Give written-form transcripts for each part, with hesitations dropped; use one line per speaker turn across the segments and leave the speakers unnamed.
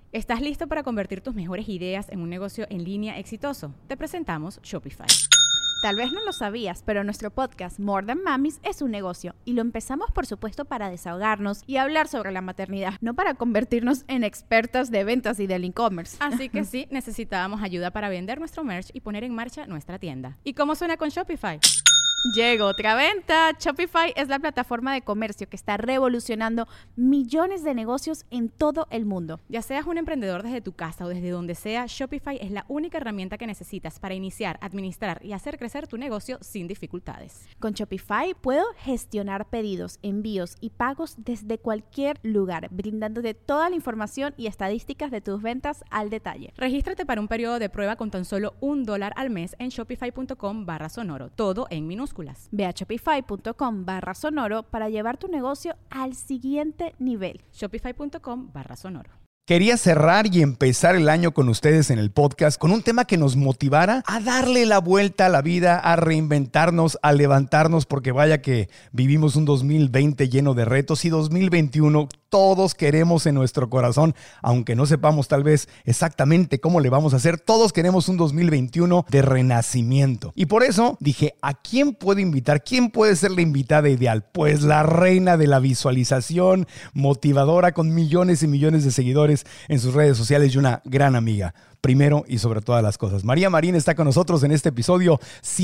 ¿Estás listo para convertir tus mejores ideas en un negocio en línea exitoso? Te presentamos Shopify.
Tal vez no lo sabías, pero nuestro podcast More Than Mamis es un negocio y lo empezamos por supuesto para desahogarnos y hablar sobre la maternidad, no para convertirnos en expertas de ventas y del e-commerce.
Así que sí, necesitábamos ayuda para vender nuestro merch y poner en marcha nuestra tienda. ¿Y cómo suena con Shopify?
Llegó otra venta. Shopify es la plataforma de comercio que está revolucionando millones de negocios en todo el mundo.
Ya seas un emprendedor desde tu casa o desde donde sea, Shopify es la única herramienta que necesitas para iniciar, administrar y hacer crecer tu negocio sin dificultades.
Con Shopify puedo gestionar pedidos, envíos y pagos desde cualquier lugar, brindándote toda la información y estadísticas de tus ventas al detalle.
Regístrate para un periodo de prueba con tan solo $1 al mes en shopify.com/sonoro, todo en minúsculas.
Ve a shopify.com/sonoro para llevar tu negocio al siguiente nivel.
Shopify.com/sonoro.
Quería cerrar y empezar el año con ustedes en el podcast con un tema que nos motivara a darle la vuelta a la vida, a reinventarnos, a levantarnos, porque vaya que vivimos un 2020 lleno de retos y 2021 todos queremos en nuestro corazón, aunque no sepamos tal vez exactamente cómo le vamos a hacer, todos queremos un 2021 de renacimiento. Y por eso dije, ¿a quién puedo invitar? ¿Quién puede ser la invitada ideal? Pues la reina de la visualización, motivadora con millones y millones de seguidores en sus redes sociales y una gran amiga. Primero y sobre todas las cosas, María Marín está con nosotros en este episodio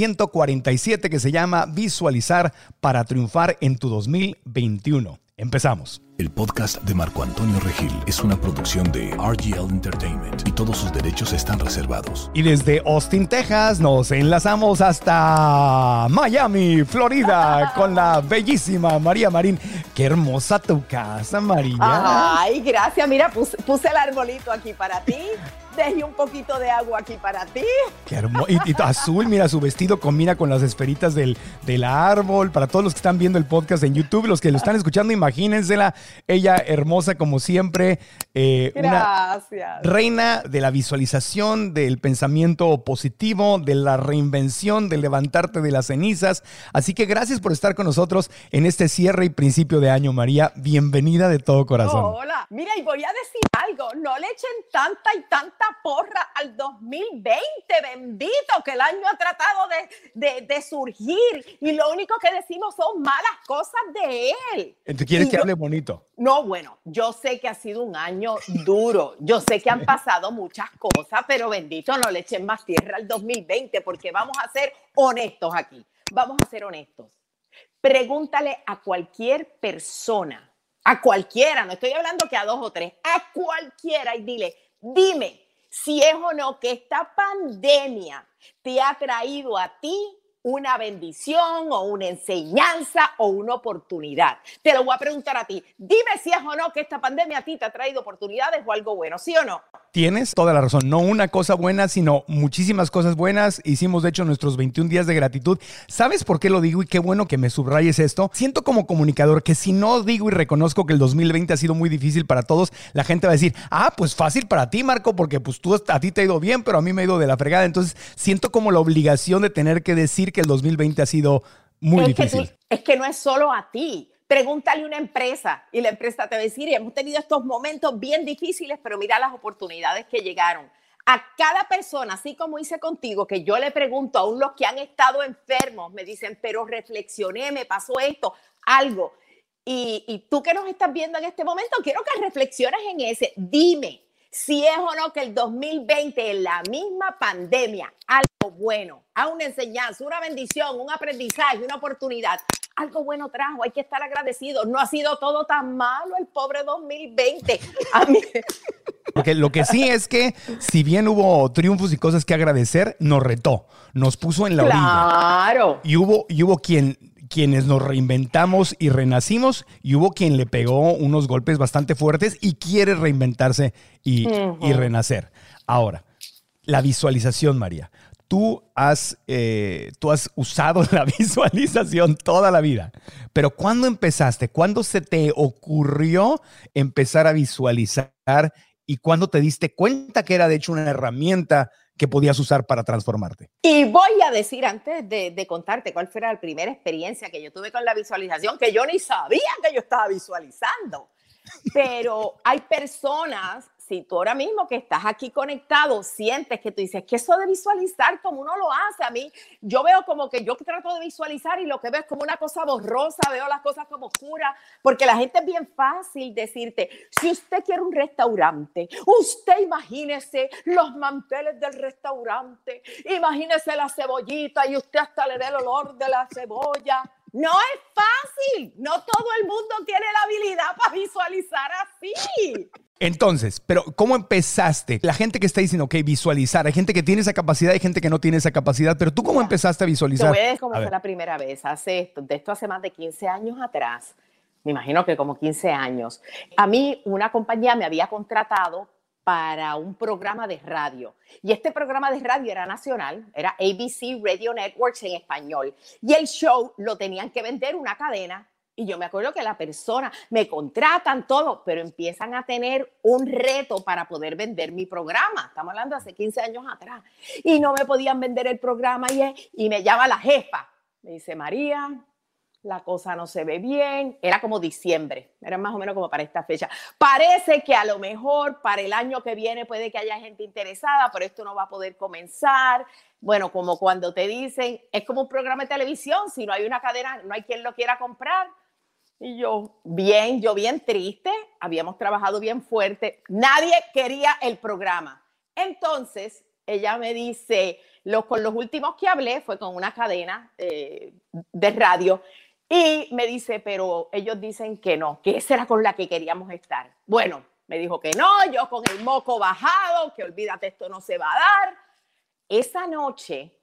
147 que se llama Visualizar para triunfar en tu 2021. Empezamos.
El podcast de Marco Antonio Regil es una producción de RGL Entertainment y todos sus derechos están reservados.
Y desde Austin, Texas, nos enlazamos hasta Miami, Florida, con la bellísima María Marín. Qué hermosa tu casa, María.
Ay, gracias. Mira, puse el arbolito aquí para ti. Dejé un poquito de agua aquí para ti.
Qué hermoso. Y azul, mira, su vestido combina con las esferitas del árbol. Para todos los que están viendo el podcast en YouTube, los que lo están escuchando, imagínensela. Ella hermosa como siempre.
Gracias.
Una reina de la visualización, del pensamiento positivo, de la reinvención, de levantarte de las cenizas. Así que gracias por estar con nosotros en este cierre y principio de año, María. Bienvenida de todo corazón.
Hola. Mira, y voy a decir algo. No le echen tanta y tanta porra al 2020, bendito, que el año ha tratado de surgir y lo único que decimos son malas cosas de él.
¿Tú quieres que hable bonito?
No, bueno, yo sé que ha sido un año duro, yo sé que han pasado muchas cosas, pero bendito, no le echen más tierra al 2020 porque vamos a ser honestos aquí, vamos a ser honestos. Pregúntale a cualquier persona, a cualquiera, no estoy hablando que a 2 o 3, a cualquiera y dime si es o no que esta pandemia te ha traído a ti una bendición o una enseñanza o una oportunidad. Te lo voy a preguntar a ti. Dime si es o no que esta pandemia a ti te ha traído oportunidades o algo bueno, ¿sí o no?
Tienes toda la razón. No una cosa buena, sino muchísimas cosas buenas. Hicimos, de hecho, nuestros 21 días de gratitud. ¿Sabes por qué lo digo? Y qué bueno que me subrayes esto. Siento como comunicador que si no digo y reconozco que el 2020 ha sido muy difícil para todos, la gente va a decir, pues fácil para ti, Marco, porque pues a ti te ha ido bien, pero a mí me ha ido de la fregada. Entonces, siento como la obligación de tener que decir que el 2020 ha sido muy difícil.
Es que no es solo a ti. Pregúntale a una empresa y la empresa te va a decir, hemos tenido estos momentos bien difíciles, pero mira las oportunidades que llegaron. A cada persona, así como hice contigo, que yo le pregunto, aún los que han estado enfermos, me dicen, pero reflexioné, me pasó esto, algo. Y tú que nos estás viendo en este momento, quiero que reflexiones en ese. Dime si es o no que el 2020 en la misma pandemia, algo bueno, a una enseñanza, una bendición, un aprendizaje, una oportunidad, algo bueno trajo, hay que estar agradecidos. No ha sido todo tan malo el pobre 2020. A mí...
Porque lo que sí es que, si bien hubo triunfos y cosas que agradecer, nos retó, nos puso en la orilla.
Claro.
Y hubo quienes nos reinventamos y renacimos, y hubo quien le pegó unos golpes bastante fuertes y quiere reinventarse y renacer. Ahora, la visualización, María. Tú has usado la visualización toda la vida, pero ¿cuándo empezaste? ¿Cuándo se te ocurrió empezar a visualizar y cuándo te diste cuenta que era de hecho una herramienta que podías usar para transformarte?
Y voy a decir, antes de contarte cuál fue la primera experiencia que yo tuve con la visualización, que yo ni sabía que yo estaba visualizando. Pero hay personas, si tú ahora mismo que estás aquí conectado, sientes que tú dices que eso de visualizar como uno lo hace, a mí, yo veo como que yo trato de visualizar y lo que veo es como una cosa borrosa, veo las cosas como oscuras, porque la gente es bien fácil decirte, si usted quiere un restaurante, usted imagínese los manteles del restaurante, imagínese la cebollita y usted hasta le dé el olor de la cebolla. No es fácil, no todo el mundo tiene la habilidad para visualizar así.
Entonces, pero ¿cómo empezaste? La gente que está diciendo, ok, visualizar, hay gente que tiene esa capacidad, hay gente que no tiene esa capacidad, pero ¿tú cómo empezaste a visualizar?
Te voy a decir cómo fue la primera vez, de esto hace más de 15 años atrás, me imagino que como 15 años. A mí una compañía me había contratado para un programa de radio. Y este programa de radio era nacional, era ABC Radio Networks en español. Y el show lo tenían que vender una cadena. Y yo me acuerdo que la persona, me contratan todo, pero empiezan a tener un reto para poder vender mi programa. Estamos hablando de hace 15 años atrás. Y no me podían vender el programa y me llama la jefa. Me dice, María, la cosa no se ve bien. Era como diciembre, era más o menos como para esta fecha. Parece que a lo mejor para el año que viene puede que haya gente interesada, pero esto no va a poder comenzar. Bueno, como cuando te dicen, es como un programa de televisión, si no hay una cadena, no hay quien lo quiera comprar. Y yo bien triste, habíamos trabajado bien fuerte, nadie quería el programa. Entonces, ella me dice, con los últimos que hablé fue con una cadena de radio, y me dice, pero ellos dicen que no, que esa era con la que queríamos estar. Bueno, me dijo que no, yo con el moco bajado, que olvídate, esto no se va a dar. Esa noche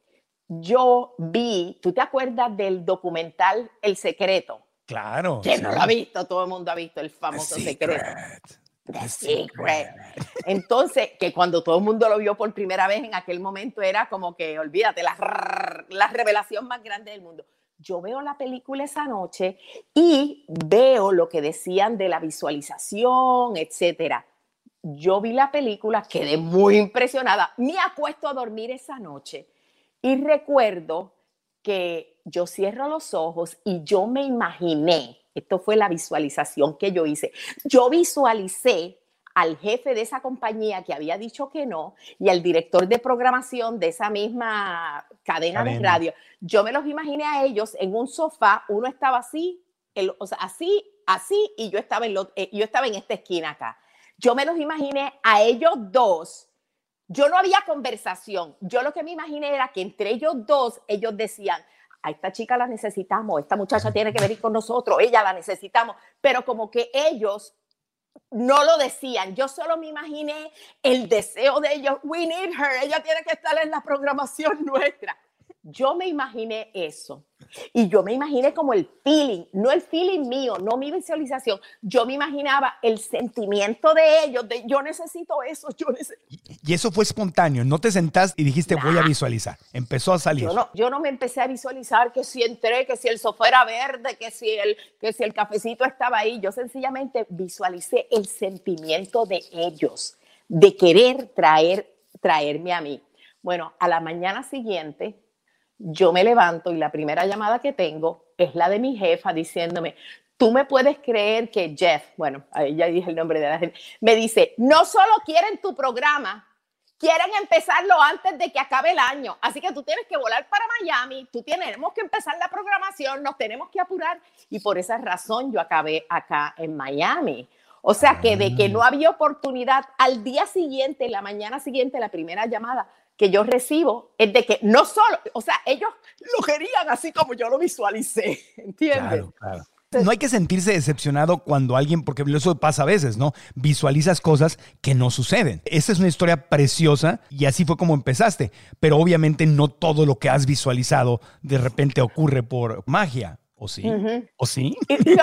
yo vi, ¿tú te acuerdas del documental El Secreto?
Claro.
¿Quién no lo ha visto? Todo el mundo ha visto el famoso Secreto. The Secret. Entonces, que cuando todo el mundo lo vio por primera vez en aquel momento era como que, olvídate, la revelación más grande del mundo. Yo veo la película esa noche y veo lo que decían de la visualización, etcétera. Yo vi la película, quedé muy impresionada. Me acuesto a dormir esa noche y recuerdo que yo cierro los ojos y yo me imaginé, esto fue la visualización que yo hice, yo visualicé al jefe de esa compañía que había dicho que no y al director de programación de esa misma cadena de radio. Yo me los imaginé a ellos en un sofá, uno estaba así, o sea, así, y yo estaba en esta esquina acá. Yo me los imaginé a ellos dos. Yo no había conversación. Yo lo que me imaginé era que entre ellos dos, ellos decían, a esta chica la necesitamos, esta muchacha tiene que venir con nosotros, ella la necesitamos. Pero como que ellos no lo decían. Yo solo me imaginé el deseo de ellos. We need her. Ella tiene que estar en la programación nuestra. Yo me imaginé eso. Y yo me imaginé como el feeling, no el feeling mío, no mi visualización. Yo me imaginaba el sentimiento de ellos, de yo necesito eso,
Y eso fue espontáneo, no te sentaste y dijiste voy a visualizar, empezó a salir.
Yo no me empecé a visualizar que si entré, que si el sofá era verde, que si el cafecito estaba ahí. Yo sencillamente visualicé el sentimiento de ellos, de querer traerme a mí. Bueno, a la mañana siguiente, yo me levanto y la primera llamada que tengo es la de mi jefa diciéndome, tú me puedes creer que Jeff, bueno, ahí ya dije el nombre de la gente, me dice, no solo quieren tu programa, quieren empezarlo antes de que acabe el año. Así que tú tienes que volar para Miami, tenemos que empezar la programación, nos tenemos que apurar. Y por esa razón yo acabé acá en Miami. O sea que de que no había oportunidad, al día siguiente, la mañana siguiente, la primera llamada que yo recibo es de que no solo, o sea, ellos lo querían así como yo lo visualicé, ¿entiendes?
Claro, claro. No hay que sentirse decepcionado cuando alguien, porque eso pasa a veces, ¿no? Visualizas cosas que no suceden. Esa es una historia preciosa y así fue como empezaste. Pero obviamente no todo lo que has visualizado de repente ocurre por magia. ¿O sí? Uh-huh. ¿O sí?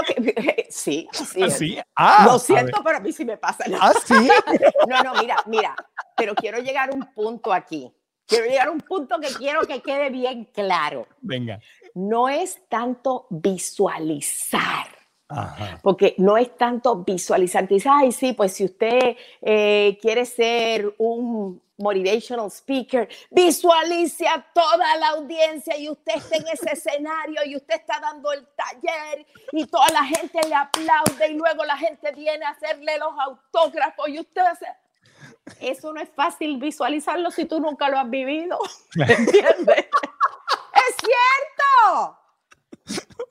Sí, así
es. ¿Sí?
Lo siento, pero a mí sí me pasa.
¿Ah, sí?
No, mira, pero quiero llegar a un punto aquí. Quiero llegar a un punto que quiero que quede bien claro.
Venga.
No es tanto visualizar.
Ajá.
Porque no es tanto visualizar. Que dice, ay, sí, pues si usted quiere ser un motivational speaker, visualice a toda la audiencia y usted está en ese escenario y usted está dando el taller y toda la gente le aplaude y luego la gente viene a hacerle los autógrafos y usted hace... eso no es fácil visualizarlo si tú nunca lo has vivido. ¿Entiendes? ¡Es cierto!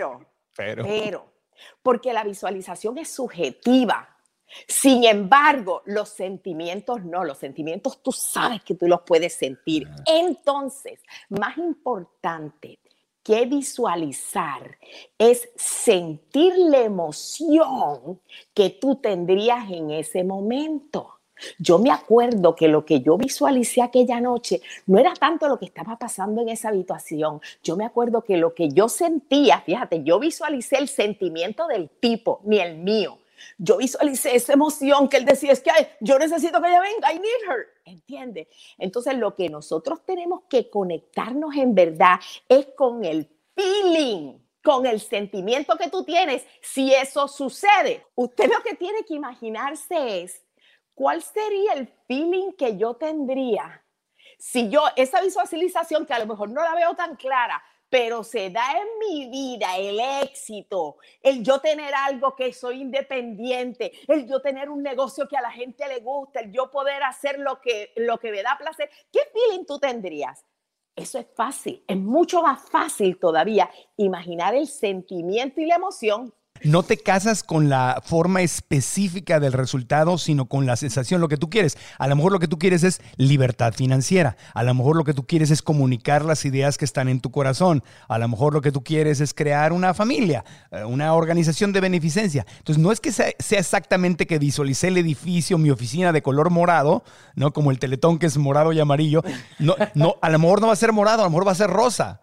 Pero, porque la visualización es subjetiva. Sin embargo, los sentimientos no, los sentimientos tú sabes que tú los puedes sentir. Entonces, más importante que visualizar es sentir la emoción que tú tendrías en ese momento. Yo me acuerdo que lo que yo visualicé aquella noche no era tanto lo que estaba pasando en esa habitación. Yo me acuerdo que lo que yo sentía, fíjate, yo visualicé el sentimiento del tipo, ni el mío. Yo visualicé esa emoción que él decía, es que yo necesito que ella venga, I need her, ¿entiendes? Entonces lo que nosotros tenemos que conectarnos en verdad es con el feeling, con el sentimiento que tú tienes si eso sucede. Usted lo que tiene que imaginarse es, ¿cuál sería el feeling que yo tendría si yo, esa visualización que a lo mejor no la veo tan clara, pero se da en mi vida el éxito, el yo tener algo que soy independiente, el yo tener un negocio que a la gente le gusta, el yo poder hacer lo que me da placer? ¿Qué feeling tú tendrías? Eso es fácil, es mucho más fácil todavía imaginar el sentimiento y la emoción.
No te casas con la forma específica del resultado, sino con la sensación, lo que tú quieres. A lo mejor lo que tú quieres es libertad financiera. A lo mejor lo que tú quieres es comunicar las ideas que están en tu corazón. A lo mejor lo que tú quieres es crear una familia, una organización de beneficencia. Entonces, no es que sea exactamente que visualicé el edificio, mi oficina de color morado, ¿no? Como el Teletón que es morado y amarillo. No, a lo mejor no va a ser morado, a lo mejor va a ser rosa.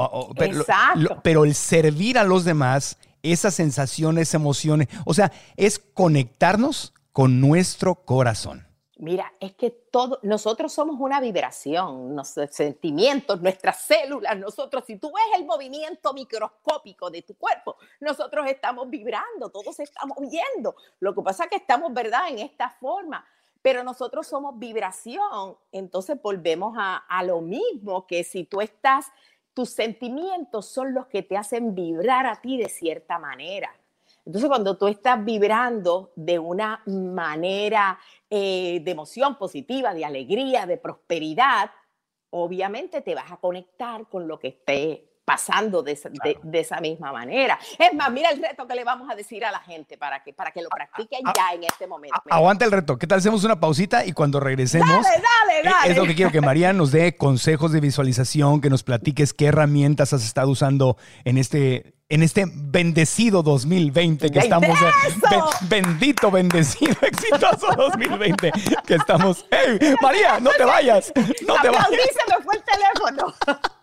Exacto.
Pero el servir a los demás, esas sensaciones, emociones, o sea, es conectarnos con nuestro corazón.
Mira, es que nosotros somos una vibración, nuestros sentimientos, nuestras células, nosotros, si tú ves el movimiento microscópico de tu cuerpo, nosotros estamos vibrando, todos estamos viendo. Lo que pasa es que estamos, ¿verdad?, en esta forma, pero nosotros somos vibración. Entonces volvemos a lo mismo, que si tú estás... Tus sentimientos son los que te hacen vibrar a ti de cierta manera. Entonces, cuando tú estás vibrando de una manera de emoción positiva, de alegría, de prosperidad, obviamente te vas a conectar con lo que esté pasando de esa misma manera. Es más, mira el reto que le vamos a decir a la gente para que lo practiquen ya en este momento.
Aguanta el reto. ¿Qué tal hacemos una pausita y cuando regresemos?
Dale.
Es lo que quiero que María nos dé consejos de visualización, que nos platiques qué herramientas has estado usando en este bendecido 2020 que estamos. Bendito, bendecido, exitoso 2020 que estamos. ¡Hey, María, no te vayas! ¡No te vayas!
Se me fue el teléfono.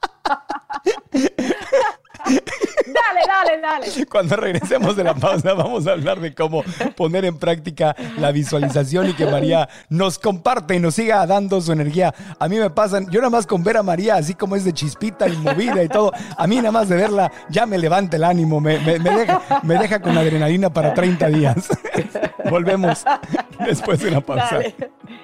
Dale.
Cuando regresemos de la pausa vamos a hablar de cómo poner en práctica la visualización y que María nos comparte y nos siga dando su energía. A mí me pasan, yo nada más con ver a María así como es de chispita y movida y todo, a mí nada más de verla ya me levanta el ánimo, me deja con adrenalina para 30 días. Volvemos después de una pausa.
Dale.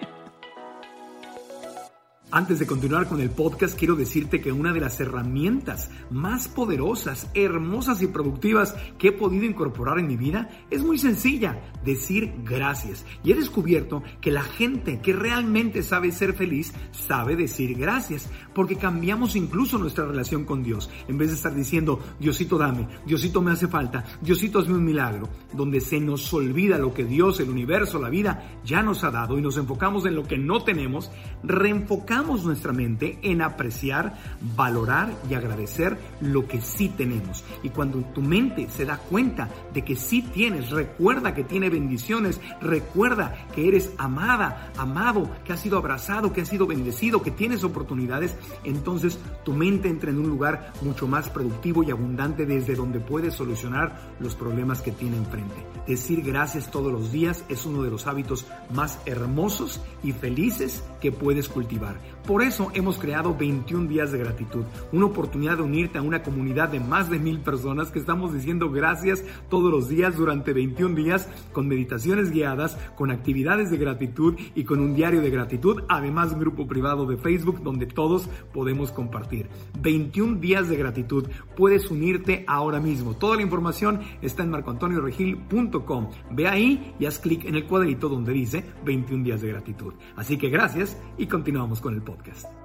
Antes de continuar con el podcast, quiero decirte que una de las herramientas más poderosas, hermosas y productivas que he podido incorporar en mi vida es muy sencilla: decir gracias. Y he descubierto que la gente que realmente sabe ser feliz sabe decir gracias, porque cambiamos incluso nuestra relación con Dios. En vez de estar diciendo, Diosito dame, Diosito me hace falta, Diosito hazme un milagro, donde se nos olvida lo que Dios, el universo, la vida ya nos ha dado y nos enfocamos en lo que no tenemos, reenfocamos nuestra mente en apreciar, valorar y agradecer lo que sí tenemos. Y cuando tu mente se da cuenta de que sí tienes, recuerda que tiene bendiciones, recuerda que eres amada, amado, que has sido abrazado, que has sido bendecido, que tienes oportunidades, entonces tu mente entra en un lugar mucho más productivo y abundante desde donde puedes solucionar los problemas que tiene enfrente. Decir gracias todos los días es uno de los hábitos más hermosos y felices que puedes cultivar. Por eso hemos creado 21 días de gratitud, una oportunidad de unirte a una comunidad de más de 1,000 personas que estamos diciendo gracias todos los días durante 21 días con meditaciones guiadas, con actividades de gratitud y con un diario de gratitud, además un grupo privado de Facebook donde todos podemos compartir. 21 días de gratitud, puedes unirte ahora mismo. Toda la información está en marcoantonioregil.com. Ve ahí y haz clic en el cuadrito donde dice 21 días de gratitud. Así que gracias y continuamos con el podcast.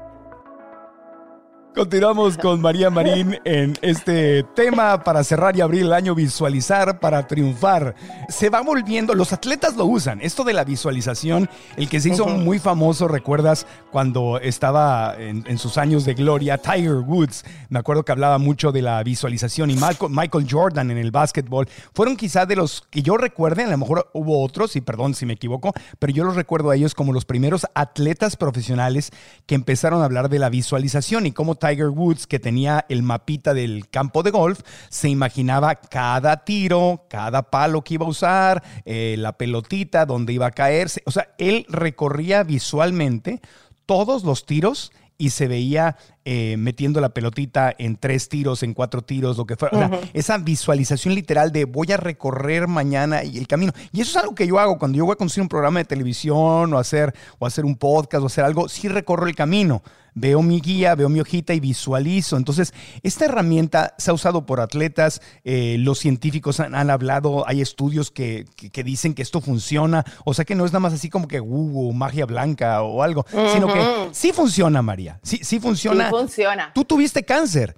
Continuamos con María Marín en este tema para cerrar y abrir el año, visualizar para triunfar. Se va volviendo, los atletas lo usan, esto de la visualización, el que se hizo muy famoso, ¿recuerdas? Cuando estaba en sus años de gloria, Tiger Woods, me acuerdo que hablaba mucho de la visualización, y Michael Jordan en el básquetbol, fueron quizás de los que yo recuerde, a lo mejor hubo otros, y perdón si me equivoco, pero yo los recuerdo a ellos como los primeros atletas profesionales que empezaron a hablar de la visualización y cómo Tiger Woods, que tenía el mapita del campo de golf, se imaginaba cada tiro, cada palo que iba a usar, la pelotita, donde iba a caerse. O sea, él recorría visualmente todos los tiros y se veía metiendo la pelotita en 3 tiros, en 4 tiros, lo que fuera. O sea, esa visualización literal de voy a recorrer mañana y el camino. Y eso es algo que yo hago cuando yo voy a conducir un programa de televisión o hacer un podcast o hacer algo, sí recorro el camino. Veo mi guía, veo mi hojita y visualizo. Entonces, esta herramienta se ha usado por atletas, los científicos han hablado, hay estudios que dicen que esto funciona. O sea que no es nada más así como que magia blanca o algo, sino que sí funciona, María. Sí funciona.
Sí funciona.
Tú tuviste cáncer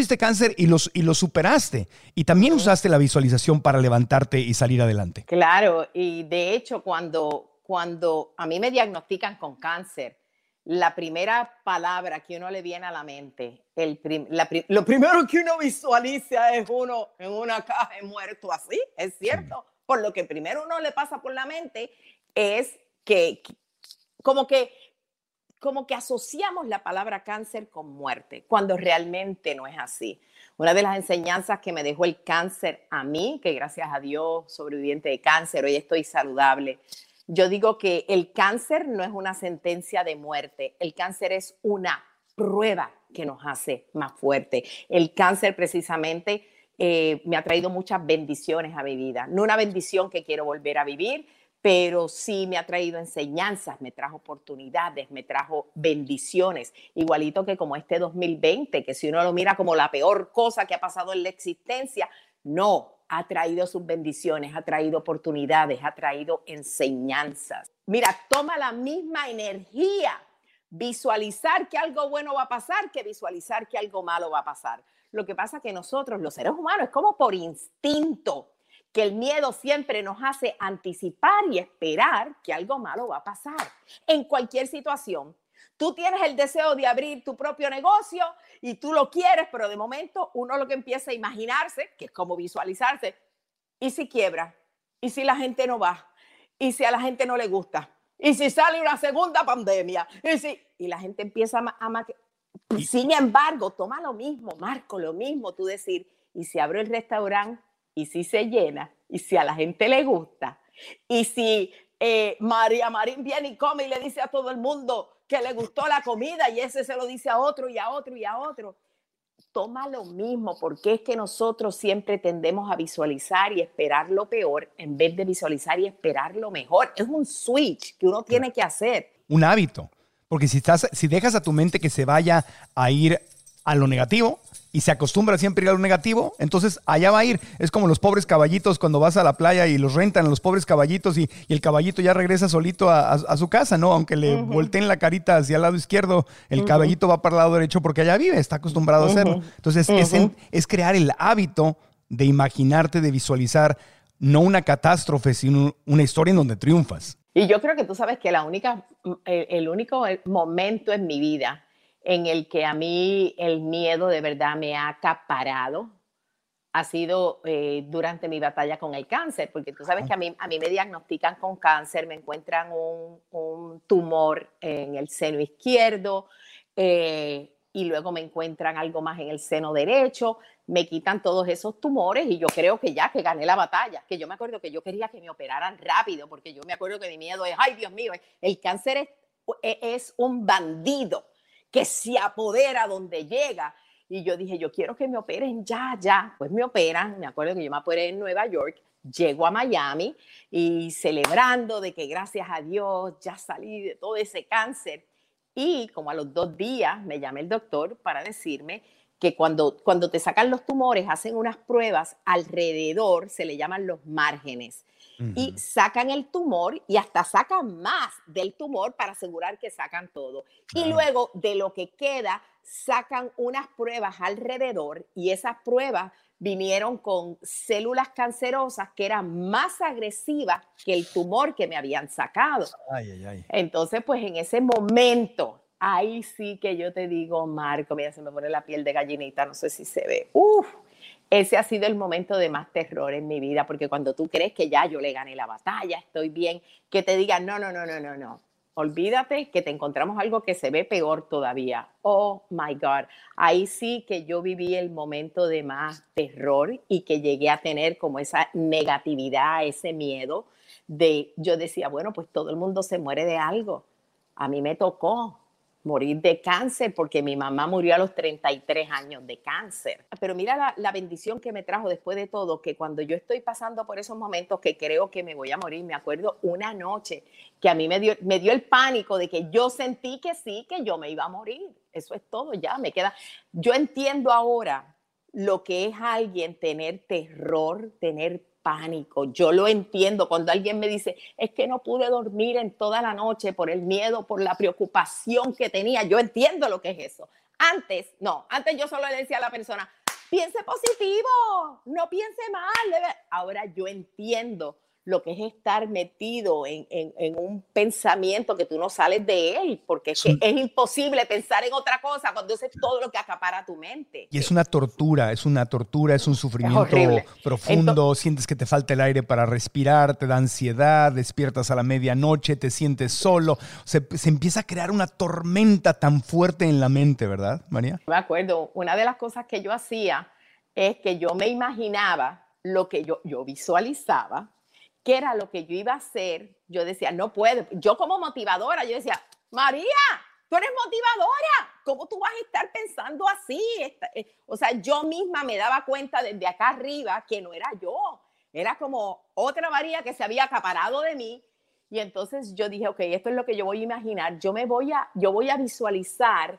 y lo superaste. Y también usaste la visualización para levantarte y salir adelante.
Claro, y de hecho cuando a mí me diagnostican con cáncer, la primera palabra que uno le viene a la mente, lo primero que uno visualiza es uno en una caja muerto así, es cierto. Sí. Por lo que primero uno le pasa por la mente es que como que asociamos la palabra cáncer con muerte, cuando realmente no es así. Una de las enseñanzas que me dejó el cáncer a mí, que gracias a Dios, sobreviviente de cáncer, hoy estoy saludable. Yo digo que el cáncer no es una sentencia de muerte, el cáncer es una prueba que nos hace más fuerte. El cáncer precisamente me ha traído muchas bendiciones a mi vida. No una bendición que quiero volver a vivir, pero sí me ha traído enseñanzas, me trajo oportunidades, me trajo bendiciones. Igualito que como este 2020, que si uno lo mira como la peor cosa que ha pasado en la existencia, no. Ha traído sus bendiciones, ha traído oportunidades, ha traído enseñanzas. Mira, toma la misma energía visualizar que algo bueno va a pasar que visualizar que algo malo va a pasar. Lo que pasa es que nosotros, los seres humanos, es como por instinto, que el miedo siempre nos hace anticipar y esperar que algo malo va a pasar. En cualquier situación, tú tienes el deseo de abrir tu propio negocio y tú lo quieres, pero de momento uno lo que empieza a imaginarse, que es como visualizarse, ¿y si quiebra? ¿Y si la gente no va? ¿Y si a la gente no le gusta? ¿Y si sale una segunda pandemia? Y la gente empieza Sin embargo, toma lo mismo, Marco, lo mismo, tú decir, ¿y si abro el restaurante? ¿Y si se llena? ¿Y si a la gente le gusta? ¿Y si María Marín viene y come y le dice a todo el mundo que le gustó la comida y ese se lo dice a otro y a otro y a otro? Toma lo mismo, porque es que nosotros siempre tendemos a visualizar y esperar lo peor en vez de visualizar y esperar lo mejor. Es un switch que uno tiene que hacer.
Un hábito, porque si dejas a tu mente que se vaya a ir a lo negativo y se acostumbra siempre a ir a lo negativo, entonces allá va a ir. Es como los pobres caballitos cuando vas a la playa y los rentan a los pobres caballitos y el caballito ya regresa solito a su casa, ¿no? Aunque le volteen la carita hacia el lado izquierdo, el caballito va para el lado derecho porque allá vive, está acostumbrado a hacerlo. Entonces es crear el hábito de imaginarte, de visualizar no una catástrofe, sino una historia en donde triunfas.
Y yo creo que tú sabes que el único momento en mi vida en el que a mí el miedo de verdad me ha acaparado ha sido durante mi batalla con el cáncer, porque tú sabes que a mí me diagnostican con cáncer, me encuentran un tumor en el seno izquierdo y luego me encuentran algo más en el seno derecho, me quitan todos esos tumores y yo creo que ya que gané la batalla, que yo me acuerdo que yo quería que me operaran rápido, porque yo me acuerdo que mi miedo es, ay Dios mío, el cáncer es es un bandido que se apodera donde llega. Y yo dije, yo quiero que me operen ya. Pues me operan, me acuerdo que yo me operé en Nueva York, llego a Miami y celebrando de que gracias a Dios ya salí de todo ese cáncer. Y como a los 2 días me llama el doctor para decirme que cuando te sacan los tumores, hacen unas pruebas alrededor, se le llaman los márgenes. Y sacan el tumor y hasta sacan más del tumor para asegurar que sacan todo. Claro. Y luego de lo que queda, sacan unas pruebas alrededor y esas pruebas vinieron con células cancerosas que eran más agresivas que el tumor que me habían sacado. Entonces, pues en ese momento, ahí sí que yo te digo, Marco, mira, se me pone la piel de gallinita, no sé si se ve. Ese ha sido el momento de más terror en mi vida, porque cuando tú crees que ya yo le gané la batalla, estoy bien, que te digan, no. Olvídate que te encontramos algo que se ve peor todavía. Oh, my God. Ahí sí que yo viví el momento de más terror y que llegué a tener como esa negatividad, ese miedo de, yo decía, bueno, pues todo el mundo se muere de algo. A mí me tocó morir de cáncer porque mi mamá murió a los 33 años de cáncer. Pero mira la bendición que me trajo después de todo, que cuando yo estoy pasando por esos momentos que creo que me voy a morir, me acuerdo una noche que a mí me dio el pánico de que yo sentí que sí, que yo me iba a morir. Eso es todo, ya me queda. Yo entiendo ahora lo que es alguien tener terror, tener pánico. Yo lo entiendo cuando alguien me dice, es que no pude dormir en toda la noche por el miedo, por la preocupación que tenía. Yo entiendo lo que es eso. Antes yo solo le decía a la persona, piense positivo, no piense mal. Ahora yo entiendo lo que es estar metido en un pensamiento que tú no sales de él, porque es imposible pensar en otra cosa cuando eso es todo lo que acapara tu mente.
Y es una tortura, es un sufrimiento profundo. Entonces, sientes que te falta el aire para respirar, te da ansiedad, despiertas a la medianoche, te sientes solo. Se empieza a crear una tormenta tan fuerte en la mente, ¿verdad, María?
Me acuerdo, una de las cosas que yo hacía es que yo me imaginaba lo que yo visualizaba, qué era lo que yo iba a hacer. Yo decía, no puedo. Yo como motivadora, yo decía, María, tú eres motivadora. ¿Cómo tú vas a estar pensando así? O sea, yo misma me daba cuenta desde acá arriba que no era yo. Era como otra María que se había acaparado de mí. Y entonces yo dije, ok, esto es lo que yo voy a imaginar. Yo voy a visualizar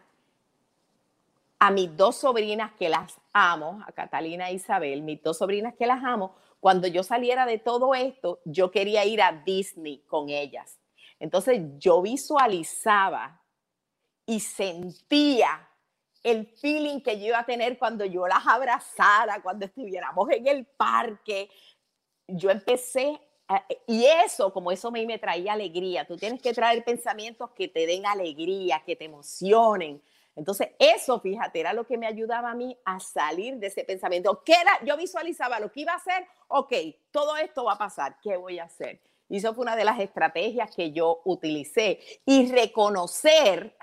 a mis 2 sobrinas que las amo, a Catalina e Isabel, mis 2 sobrinas que las amo. Cuando yo saliera de todo esto, yo quería ir a Disney con ellas. Entonces yo visualizaba y sentía el feeling que yo iba a tener cuando yo las abrazara, cuando estuviéramos en el parque. Yo empecé, y eso me traía alegría. Tú tienes que traer pensamientos que te den alegría, que te emocionen. Entonces eso, fíjate, era lo que me ayudaba a mí a salir de ese pensamiento. ¿Qué era? Yo visualizaba lo que iba a hacer. Ok, todo esto va a pasar. ¿Qué voy a hacer? Y eso fue una de las estrategias que yo utilicé. Y reconocer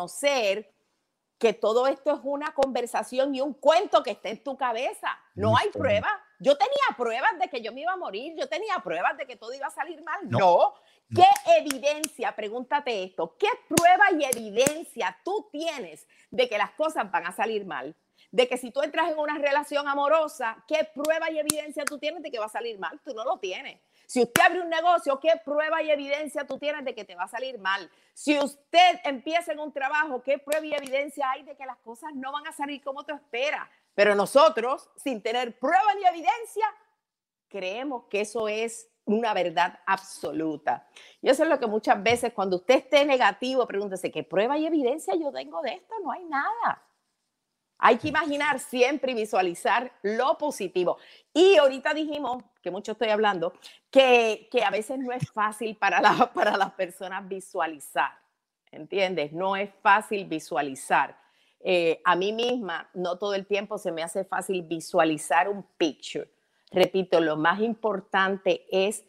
que todo esto es una conversación y un cuento que está en tu cabeza. No hay pruebas. Yo tenía pruebas de que yo me iba a morir. Yo tenía pruebas de que todo iba a salir mal. No. ¿Qué evidencia? Pregúntate esto. ¿Qué prueba y evidencia tú tienes de que las cosas van a salir mal? De que si tú entras en una relación amorosa, ¿qué prueba y evidencia tú tienes de que va a salir mal? Tú no lo tienes. Si usted abre un negocio, ¿qué prueba y evidencia tú tienes de que te va a salir mal? Si usted empieza en un trabajo, ¿qué prueba y evidencia hay de que las cosas no van a salir como tú esperas? Pero nosotros, sin tener prueba ni evidencia, creemos que eso es una verdad absoluta. Y eso es lo que muchas veces cuando usted esté negativo, pregúntese, ¿qué prueba y evidencia yo tengo de esto? No hay nada. Hay que imaginar siempre y visualizar lo positivo. Y ahorita dijimos, que mucho estoy hablando, que a veces no es fácil para las personas visualizar, ¿entiendes? No es fácil visualizar. A mí misma, no todo el tiempo se me hace fácil visualizar un picture. Repito, lo más importante es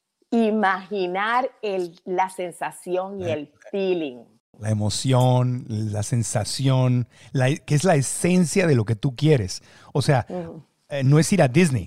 imaginar la sensación y el feeling.
La emoción, la sensación, que es la esencia de lo que tú quieres. O sea, no es ir a Disney,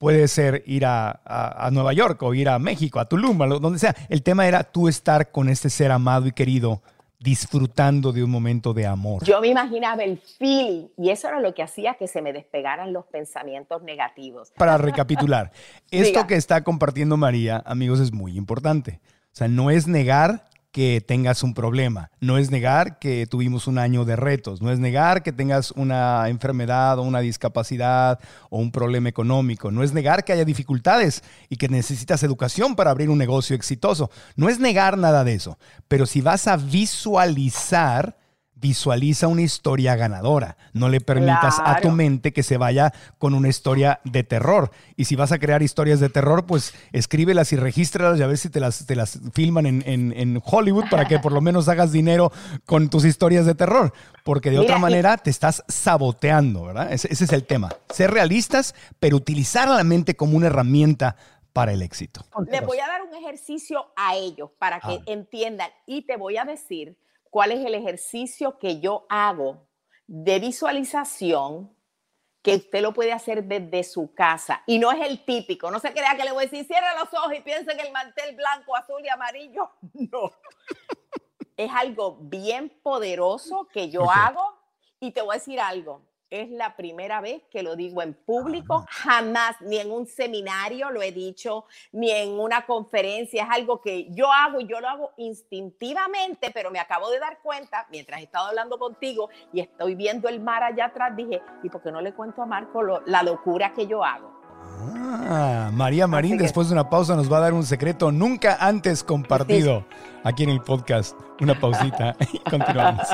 puede ser ir a Nueva York o ir a México, a Tulum, donde sea. El tema era tú estar con este ser amado y querido, disfrutando de un momento de amor.
Yo me imaginaba el feeling y eso era lo que hacía que se me despegaran los pensamientos negativos.
Para recapitular, esto
Diga.
que está compartiendo María, amigos, es muy importante. O sea, no es negar que tengas un problema, no es negar que tuvimos un año de retos, no es negar que tengas una enfermedad o una discapacidad o un problema económico, no es negar que haya dificultades y que necesitas educación para abrir un negocio exitoso, no es negar nada de eso, pero si vas a visualiza una historia ganadora. No le permitas a tu mente que se vaya con una historia de terror. Y si vas a crear historias de terror, pues escríbelas y regístralas y a ver si te las filman en Hollywood para que por lo menos hagas dinero con tus historias de terror. Porque de otra manera te estás saboteando, ¿verdad? Ese es el tema. Ser realistas, pero utilizar a la mente como una herramienta para el éxito.
Les voy a dar un ejercicio a ellos para que entiendan y te voy a decir cuál es el ejercicio que yo hago de visualización que usted lo puede hacer desde su casa. Y no es el típico. No se crea que le voy a decir, cierra los ojos y piensa en el mantel blanco, azul y amarillo. No. Es algo bien poderoso que yo hago y te voy a decir algo. Es la primera vez que lo digo en público, jamás, ni en un seminario lo he dicho, ni en una conferencia. Es algo que yo hago y yo lo hago instintivamente, pero me acabo de dar cuenta, mientras he estado hablando contigo y estoy viendo el mar allá atrás, dije, ¿y por qué no le cuento a Marco la locura que yo hago?
María Marín, después de una pausa, nos va a dar un secreto nunca antes compartido aquí en el podcast. Una pausita y continuamos.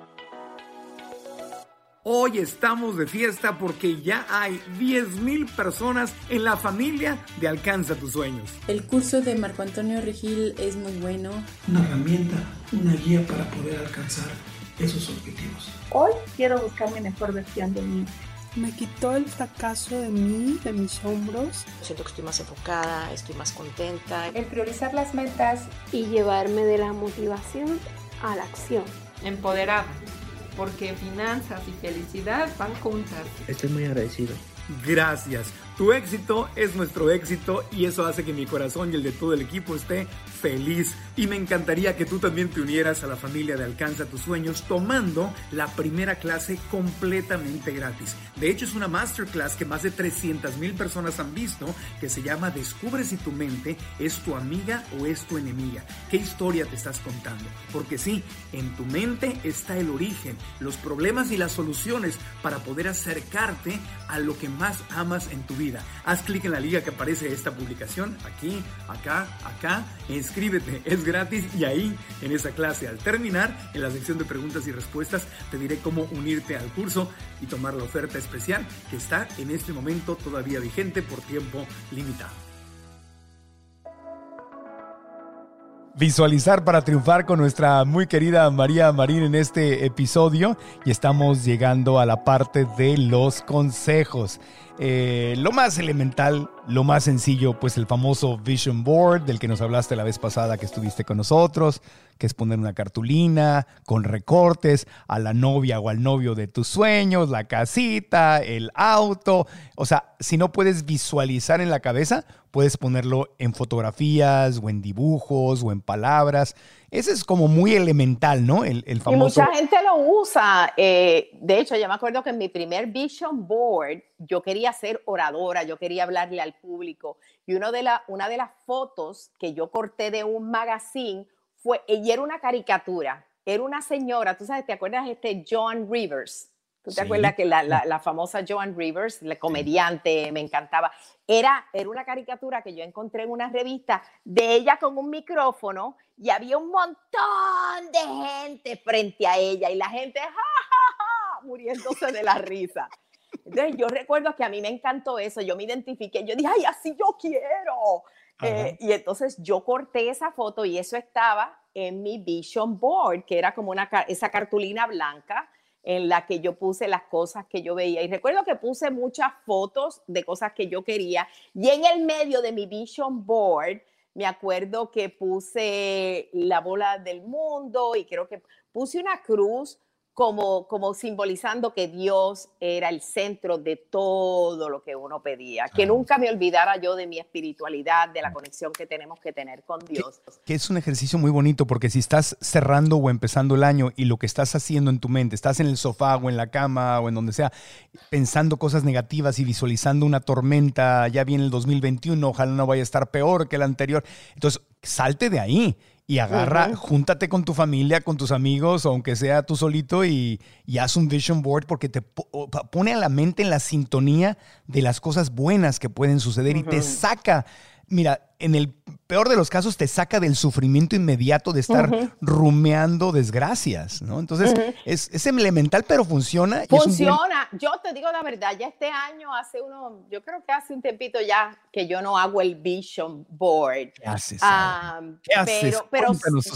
Hoy estamos de fiesta porque ya hay 10,000 personas en la familia de Alcanza tus Sueños.
El curso de Marco Antonio Regil es muy bueno.
Una herramienta, una guía para poder alcanzar esos objetivos.
Hoy quiero buscar mi mejor versión de mí.
Me quitó el fracaso de mí, de mis hombros.
Siento que estoy más enfocada, estoy más contenta.
El priorizar las metas y llevarme de la motivación a la acción.
Empoderada, porque finanzas y felicidad van juntas.
Estoy muy agradecido.
Gracias. Tu éxito es nuestro éxito y eso hace que mi corazón y el de todo el equipo esté feliz. Y me encantaría que tú también te unieras a la familia de Alcanza tus Sueños tomando la primera clase completamente gratis. De hecho, es una masterclass que más de 300,000 personas han visto, que se llama Descubre si tu mente es tu amiga o es tu enemiga. ¿Qué historia te estás contando? Porque sí, en tu mente está el origen, los problemas y las soluciones para poder acercarte a lo que más amas en tu vida. Haz clic en la liga que aparece esta publicación, aquí, acá, inscríbete, es gratis y ahí, en esa clase, al terminar, en la sección de preguntas y respuestas, te diré cómo unirte al curso y tomar la oferta especial que está en este momento todavía vigente por tiempo limitado.
Visualizar para triunfar con nuestra muy querida María Marín en este episodio y estamos llegando a la parte de los consejos. Lo más elemental, lo más sencillo, pues el famoso Vision Board del que nos hablaste la vez pasada que estuviste con nosotros, que es poner una cartulina con recortes a la novia o al novio de tus sueños, la casita, el auto. O sea, si no puedes visualizar en la cabeza, puedes ponerlo en fotografías o en dibujos o en palabras. Ese es como muy elemental, ¿no? El famoso...
Y mucha gente lo usa. De hecho, yo me acuerdo que en mi primer Vision Board yo quería ser oradora, yo quería hablarle al público. Y una de las fotos que yo corté de un magazine y era una caricatura. Era una señora, tú sabes, ¿te acuerdas Joan Rivers? ¿Tú te acuerdas que la famosa Joan Rivers, la comediante, me encantaba? Era una caricatura que yo encontré en una revista de ella con un micrófono y había un montón de gente frente a ella y la gente muriéndose de la risa. Entonces yo recuerdo que a mí me encantó eso, yo me identifiqué, yo dije, ¡ay, así yo quiero! Y entonces yo corté esa foto y eso estaba en mi Vision Board, que era como esa cartulina blanca en la que yo puse las cosas que yo veía. Y recuerdo que puse muchas fotos de cosas que yo quería. Y en el medio de mi Vision Board, me acuerdo que puse la bola del mundo y creo que puse una cruz como simbolizando que Dios era el centro de todo lo que uno pedía. Que nunca me olvidara yo de mi espiritualidad, de la conexión que tenemos que tener con Dios.
Que es un ejercicio muy bonito, porque si estás cerrando o empezando el año y lo que estás haciendo en tu mente, estás en el sofá o en la cama o en donde sea, pensando cosas negativas y visualizando una tormenta, ya viene el 2021, ojalá no vaya a estar peor que el anterior. Entonces, salte de ahí. Y júntate con tu familia, con tus amigos, o aunque sea tú solito, y haz un vision board, porque te pone a la mente en la sintonía de las cosas buenas que pueden suceder y te saca, mira, en el peor de los casos te saca del sufrimiento inmediato de estar rumeando desgracias, ¿no? Entonces es elemental, pero funciona.
Funciona. Yo te digo la verdad, ya este año yo creo que hace un tiempito ya que yo no hago el vision board.
¿Qué haces?
¿Qué haces? Pero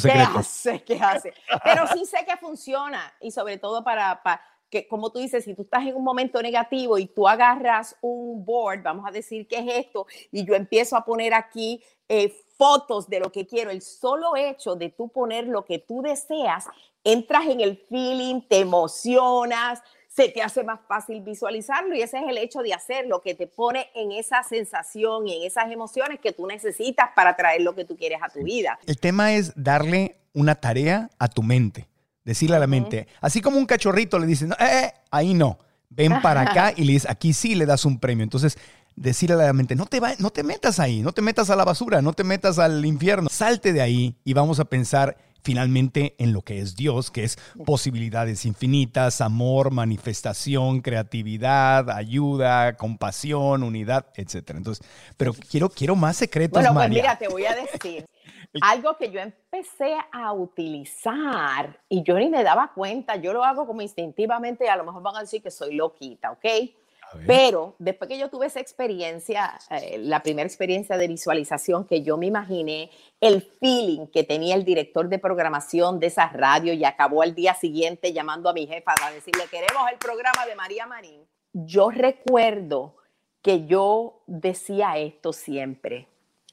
¿qué hace? Pero sí sé que funciona, y sobre todo para que, como tú dices, si tú estás en un momento negativo y tú agarras un board, vamos a decir, ¿qué es esto? Y yo empiezo a poner aquí fotos de lo que quiero. El solo hecho de tú poner lo que tú deseas, entras en el feeling, te emocionas, se te hace más fácil visualizarlo, y ese es el hecho de hacerlo, que te pone en esa sensación y en esas emociones que tú necesitas para traer lo que tú quieres a tu vida.
El tema es darle una tarea a tu mente. Decirle a la mente, así como un cachorrito le dice, no, ahí no, ven para acá, y le dices, aquí sí le das un premio. Entonces, decirle a la mente, no te metas ahí, no te metas a la basura, no te metas al infierno. Salte de ahí y vamos a pensar finalmente en lo que es Dios, que es posibilidades infinitas, amor, manifestación, creatividad, ayuda, compasión, unidad, etc. Entonces, pero quiero más secretos,
Bueno, pues
María.
mira, te voy a decir algo que yo empecé a utilizar y yo ni me daba cuenta. Yo lo hago como instintivamente, a lo mejor van a decir que soy loquita, ¿ok? Pero después que yo tuve esa experiencia, la primera experiencia de visualización, que yo me imaginé el feeling que tenía el director de programación de esa radio, y acabó al día siguiente llamando a mi jefa a decirle, queremos el programa de María Marín. Yo recuerdo que yo decía esto siempre.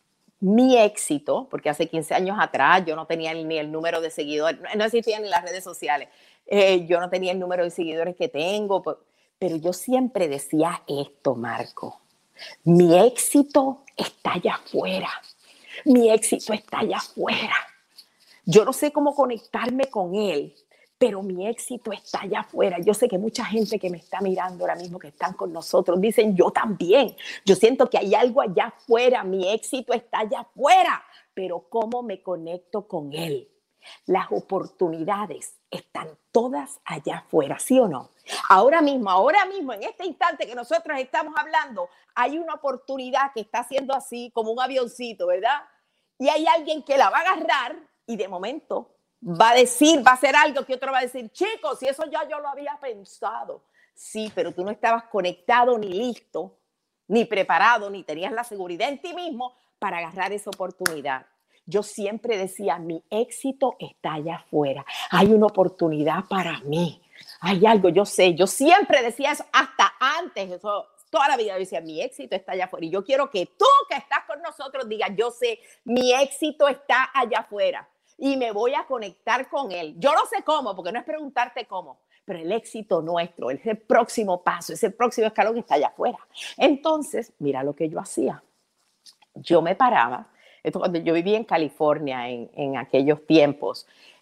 Mi éxito, porque hace 15 años atrás yo no tenía ni el número de seguidores, no existían ni las redes sociales, yo no tenía el número de seguidores que tengo, pero yo siempre decía esto, Marco: mi éxito está allá afuera, mi éxito está allá afuera. Yo no sé cómo conectarme con él, pero mi éxito está allá afuera. Yo sé que mucha gente que me está mirando ahora mismo, que están con nosotros, dicen, yo también. Yo siento que hay algo allá afuera, mi éxito está allá afuera, pero ¿cómo me conecto con él? Las oportunidades están todas allá afuera, ¿sí o no? Ahora mismo, en este instante que nosotros estamos hablando, hay una oportunidad que está haciendo así, como un avioncito, ¿verdad? Y hay alguien que la va a agarrar y de momento va a hacer algo que otro va a decir, chicos, si eso ya yo lo había pensado. Sí, pero tú no estabas conectado, ni listo, ni preparado, ni tenías la seguridad en ti mismo para agarrar esa oportunidad. Yo siempre decía, mi éxito está allá afuera. Hay una oportunidad para mí. Hay algo, yo sé. Yo siempre decía eso, hasta antes, eso, toda la vida yo decía, mi éxito está allá afuera. Y yo quiero que tú que estás con nosotros digas, yo sé, mi éxito está allá afuera. Y me voy a conectar con él. Yo no sé cómo, porque no es preguntarte cómo, pero el éxito nuestro, ese próximo paso, ese próximo escalón está allá afuera. Entonces, mira lo que yo hacía. Yo me paraba, esto cuando yo vivía en California en aquellos tiempos,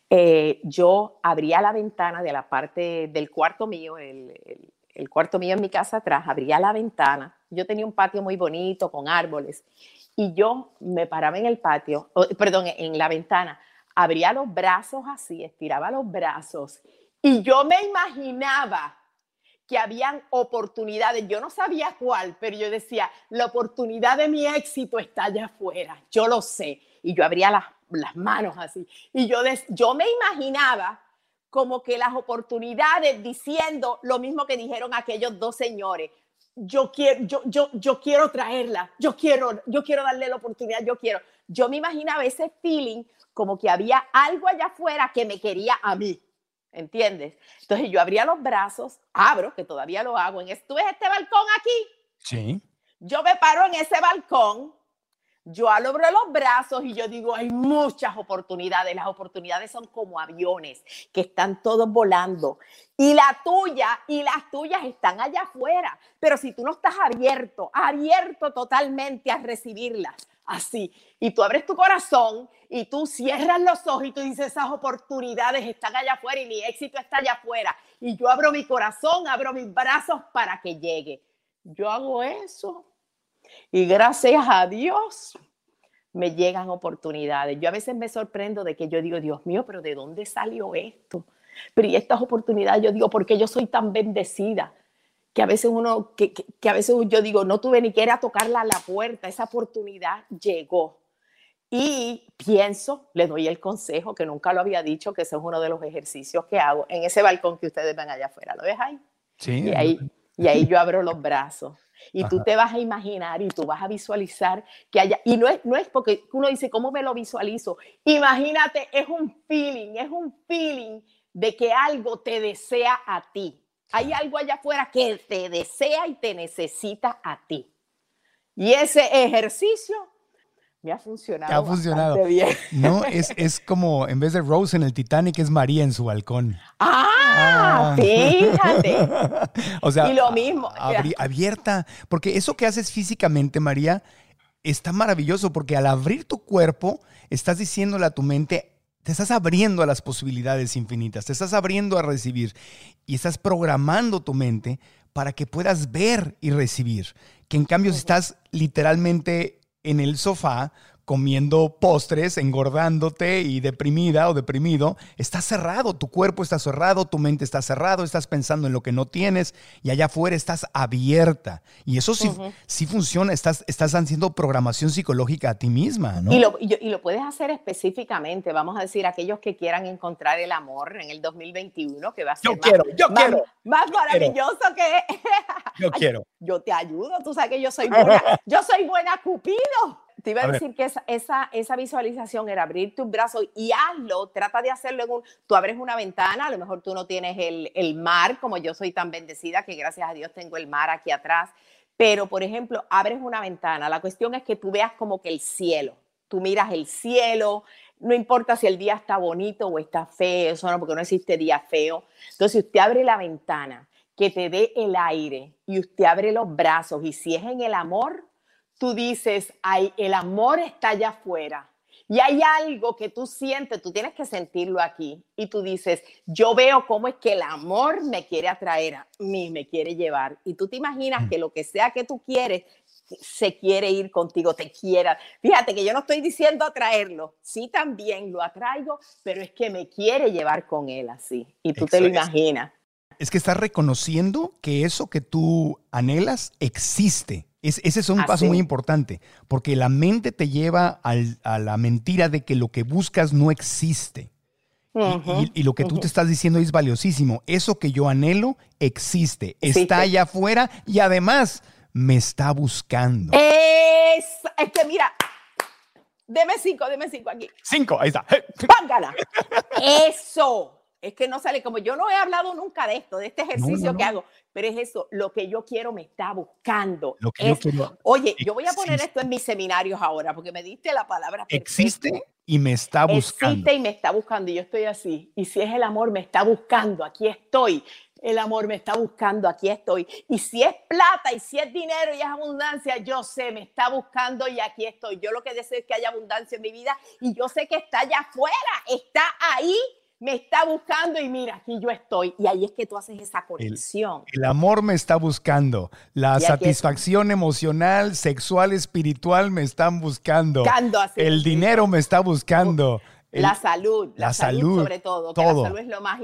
yo abría la ventana de la parte del cuarto mío, el cuarto mío en mi casa atrás, abría la ventana. Yo tenía un patio muy bonito con árboles y yo me paraba en el patio, en la ventana, abría los brazos así, estiraba los brazos y yo me imaginaba que habían oportunidades. Yo no sabía cuál, pero yo decía, la oportunidad de mi éxito está allá afuera, yo lo sé. Y yo abría las manos así. Y yo me imaginaba como que las oportunidades diciendo lo mismo que dijeron aquellos dos señores. Yo quiero traerla, yo quiero darle la oportunidad, yo me imaginaba ese feeling como que había algo allá afuera que me quería a mí, ¿entiendes? Entonces yo abría los brazos, que todavía lo hago, ¿tú ves este balcón aquí?
Sí.
Yo me paro en ese balcón, Yo abro los brazos y yo digo, hay muchas oportunidades. Las oportunidades son como aviones que están todos volando. Y la tuya y las tuyas están allá afuera. Pero si tú no estás abierto totalmente a recibirlas, así, y tú abres tu corazón y tú cierras los ojos y tú dices, esas oportunidades están allá afuera y mi éxito está allá afuera. Y yo abro mi corazón, abro mis brazos para que llegue. Yo hago eso. Y gracias a Dios me llegan oportunidades. Yo a veces me sorprendo de que yo digo, Dios mío, pero ¿de dónde salió esto? Pero y estas oportunidades, yo digo, ¿por qué yo soy tan bendecida? Que a veces que a veces yo digo, no tuve ni que ir a tocarla a la puerta. Esa oportunidad llegó. Y pienso, le doy el consejo, que nunca lo había dicho, que ese es uno de los ejercicios que hago en ese balcón que ustedes ven allá afuera. ¿Lo ves ahí?
Sí.
Y ahí yo abro los brazos. Y tú te vas a imaginar y tú vas a visualizar que haya, y no es porque uno dice, ¿cómo me lo visualizo? Imagínate, es un feeling de que algo te desea a ti. Hay algo allá afuera que te desea y te necesita a ti. Y ese ejercicio me ha funcionado bastante bien.
No, es como, en vez de Rose en el Titanic, es María en su balcón.
Fíjate.
O sea,
y lo mismo.
Abierta. Porque eso que haces físicamente, María, está maravilloso. Porque al abrir tu cuerpo, estás diciéndole a tu mente, te estás abriendo a las posibilidades infinitas. Te estás abriendo a recibir. Y estás programando tu mente para que puedas ver y recibir. Que en cambio, si estás literalmente en el sofá comiendo postres, engordándote y deprimida o deprimido, estás cerrado, tu cuerpo está cerrado, tu mente está cerrado, estás pensando en lo que no tienes y allá afuera estás abierta. Y eso sí funciona, estás haciendo programación psicológica a ti misma, ¿no?
Y lo puedes hacer específicamente, vamos a decir, aquellos que quieran encontrar el amor en el 2021, que va a ser más maravilloso que...
Yo quiero.
Yo te ayudo, tú sabes que yo soy buena Cupido. Te iba a decir que esa visualización era abrir tus brazos y hazlo, trata de hacerlo tú abres una ventana, a lo mejor tú no tienes el mar, como yo soy tan bendecida que gracias a Dios tengo el mar aquí atrás, pero por ejemplo, abres una ventana, la cuestión es que tú veas como que el cielo, tú miras el cielo, no importa si el día está bonito o está feo, eso no, porque no existe día feo. Entonces usted abre la ventana, que te dé el aire y usted abre los brazos y si es en el amor, tú dices, ay, el amor está allá afuera y hay algo que tú sientes, tú tienes que sentirlo aquí y tú dices, yo veo cómo es que el amor me quiere atraer a mí, me quiere llevar y tú te imaginas que lo que sea que tú quieres se quiere ir contigo, te quiera. Fíjate que yo no estoy diciendo atraerlo, sí también lo atraigo, pero es que me quiere llevar con él así y tú te lo imaginas.
Es que estás reconociendo que eso que tú anhelas existe. Ese es un paso muy importante, porque la mente te lleva a la mentira de que lo que buscas no existe. Y lo que tú te estás diciendo es valiosísimo. Eso que yo anhelo existe, está allá afuera y además me está buscando.
Es que mira, deme 5 aquí.
5, ahí está.
Pángala. Eso. Es que no sale, como yo no he hablado nunca de esto, de este ejercicio que hago, pero es eso, lo que yo quiero me está buscando. Oye, yo voy a poner esto en mis seminarios ahora, porque me diste la palabra perfecta.
Existe y me está buscando.
Existe y me está buscando, y yo estoy así. Y si es el amor, me está buscando, aquí estoy. El amor me está buscando, aquí estoy. Y si es plata, y si es dinero, y es abundancia, yo sé, me está buscando y aquí estoy. Yo lo que deseo es que haya abundancia en mi vida, y yo sé que está allá afuera, está ahí. Me está buscando y mira, aquí yo estoy. Y ahí es que tú haces esa conexión.
El amor me está buscando. La satisfacción emocional, sexual, espiritual me están buscando. El dinero me está buscando.
La salud sobre todo. Que la salud es lo más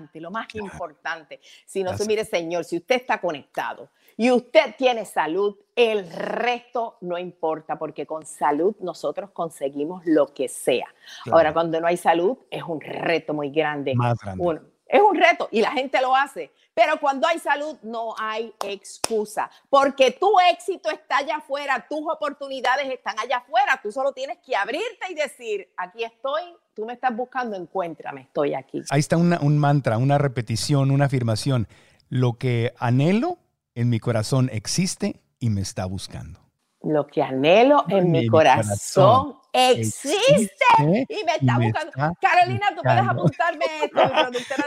importante. Si no, mire, señor, si usted está conectado y usted tiene salud, el resto no importa, porque con salud nosotros conseguimos lo que sea. Claro. Ahora, cuando no hay salud, es un reto muy grande.
Más grande.
Es un reto y la gente lo hace. Pero cuando hay salud, no hay excusa. Porque tu éxito está allá afuera, tus oportunidades están allá afuera. Tú solo tienes que abrirte y decir, aquí estoy, tú me estás buscando, encuéntrame, estoy aquí.
Ahí está un mantra, una repetición, una afirmación. Lo que anhelo en mi corazón existe y me está buscando.
Lo que anhelo en mi corazón existe y me está buscando. Carolina, tú puedes apuntarme esto, mi productora.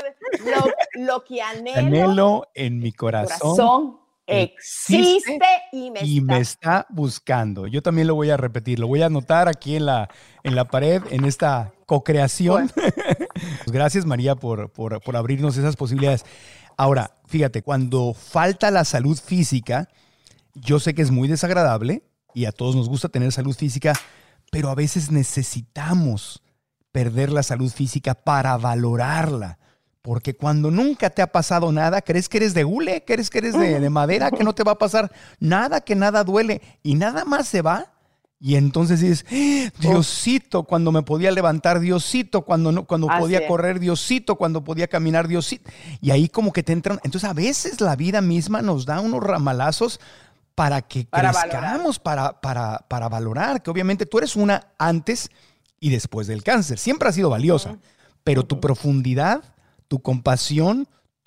Lo que anhelo
en mi corazón
existe y
me está buscando. Yo también lo voy a repetir, lo voy a anotar aquí en la pared, en esta cocreación. Gracias, María, por abrirnos esas posibilidades. Ahora, fíjate, cuando falta la salud física, yo sé que es muy desagradable y a todos nos gusta tener salud física, pero a veces necesitamos perder la salud física para valorarla. Porque cuando nunca te ha pasado nada, crees que eres de hule, crees que eres de madera, que no te va a pasar nada, que nada duele y nada más se va. Y entonces dices, Diosito, cuando me podía levantar, Diosito, cuando podía correr, Diosito, cuando podía caminar, Diosito. Y ahí como que te entran. Entonces a veces la vida misma nos da unos ramalazos para que crezcamos, para valorar, que obviamente tú eres una antes y después del cáncer. Siempre has sido valiosa, pero tu profundidad, tu compasión,